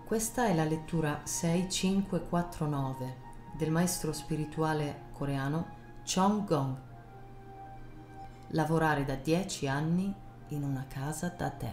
Questa è la lettura 6549 del maestro spirituale coreano Chong Gong. Lavorare da 10 anni in una casa da tè.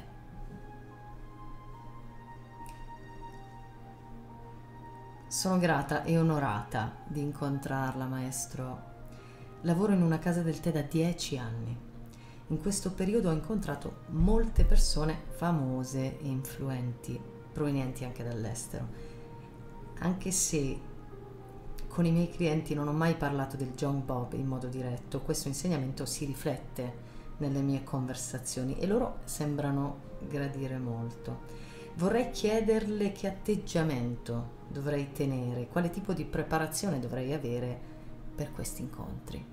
Sono grata e onorata di incontrarla, maestro. Lavoro in una casa del tè da 10 anni. In questo periodo ho incontrato molte persone famose e influenti, provenienti anche dall'estero, anche se con i miei clienti non ho mai parlato del Jong Bob in modo diretto. Questo insegnamento si riflette nelle mie conversazioni e loro sembrano gradire molto. Vorrei chiederle che atteggiamento dovrei tenere, quale tipo di preparazione dovrei avere per questi incontri.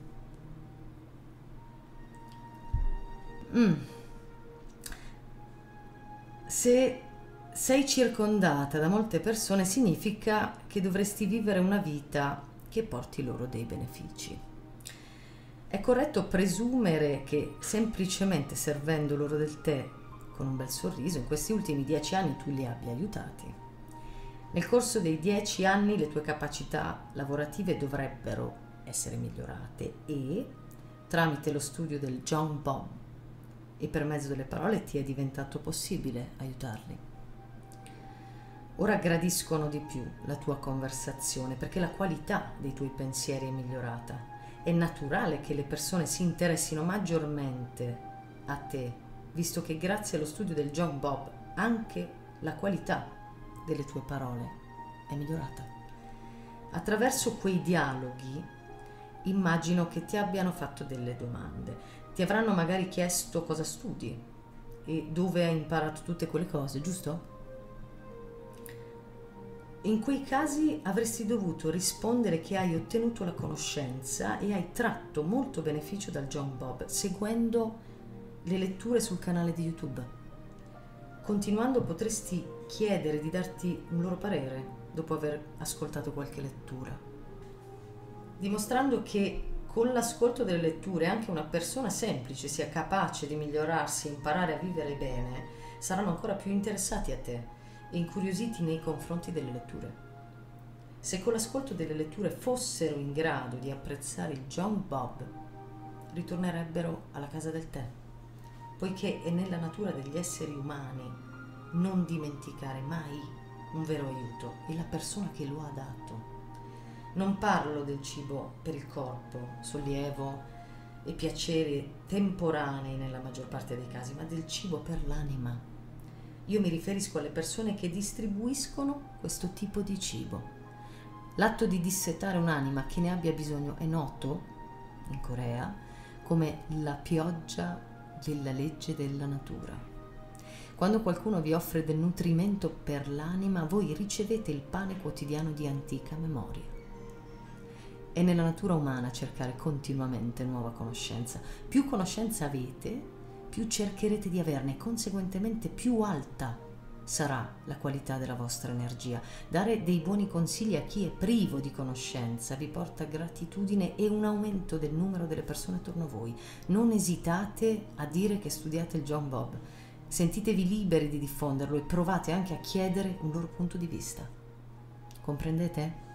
Se sei circondata da molte persone, significa che dovresti vivere una vita che porti loro dei benefici. È corretto presumere che semplicemente servendo loro del tè con un bel sorriso, in questi ultimi 10 anni tu li abbia aiutati. Nel corso dei 10 anni le tue capacità lavorative dovrebbero essere migliorate e, tramite lo studio del Jong Bob e per mezzo delle parole, ti è diventato possibile aiutarli. Ora gradiscono di più la tua conversazione perché la qualità dei tuoi pensieri è migliorata. È naturale che le persone si interessino maggiormente a te, visto che grazie allo studio del Jong Bob anche la qualità delle tue parole è migliorata. Attraverso quei dialoghi immagino che ti abbiano fatto delle domande. Ti avranno magari chiesto cosa studi e dove hai imparato tutte quelle cose, giusto? In quei casi avresti dovuto rispondere che hai ottenuto la conoscenza e hai tratto molto beneficio dal Jong Bob seguendo le letture sul canale di YouTube. Continuando potresti chiedere di darti un loro parere dopo aver ascoltato qualche lettura, dimostrando che con l'ascolto delle letture anche una persona semplice sia capace di migliorarsi e imparare a vivere bene. Saranno ancora più interessati a te e incuriositi nei confronti delle letture. Se con l'ascolto delle letture fossero in grado di apprezzare il Jong Bob, ritornerebbero alla casa del tè, poiché è nella natura degli esseri umani non dimenticare mai un vero aiuto e la persona che lo ha dato. Non parlo del cibo per il corpo, sollievo e piaceri temporanei nella maggior parte dei casi, ma del cibo per l'anima. Io mi riferisco alle persone che distribuiscono questo tipo di cibo. L'atto di dissetare un'anima che ne abbia bisogno è noto in Corea come la pioggia della legge della natura. Quando qualcuno vi offre del nutrimento per l'anima, voi ricevete il pane quotidiano di antica memoria. È nella natura umana cercare continuamente nuova conoscenza. Più conoscenza avete, più cercherete di averne, conseguentemente più alta sarà la qualità della vostra energia. Dare dei buoni consigli a chi è privo di conoscenza vi porta gratitudine e un aumento del numero delle persone attorno a voi. Non esitate a dire che studiate il Jong Bob. Sentitevi liberi di diffonderlo e provate anche a chiedere un loro punto di vista. Comprendete?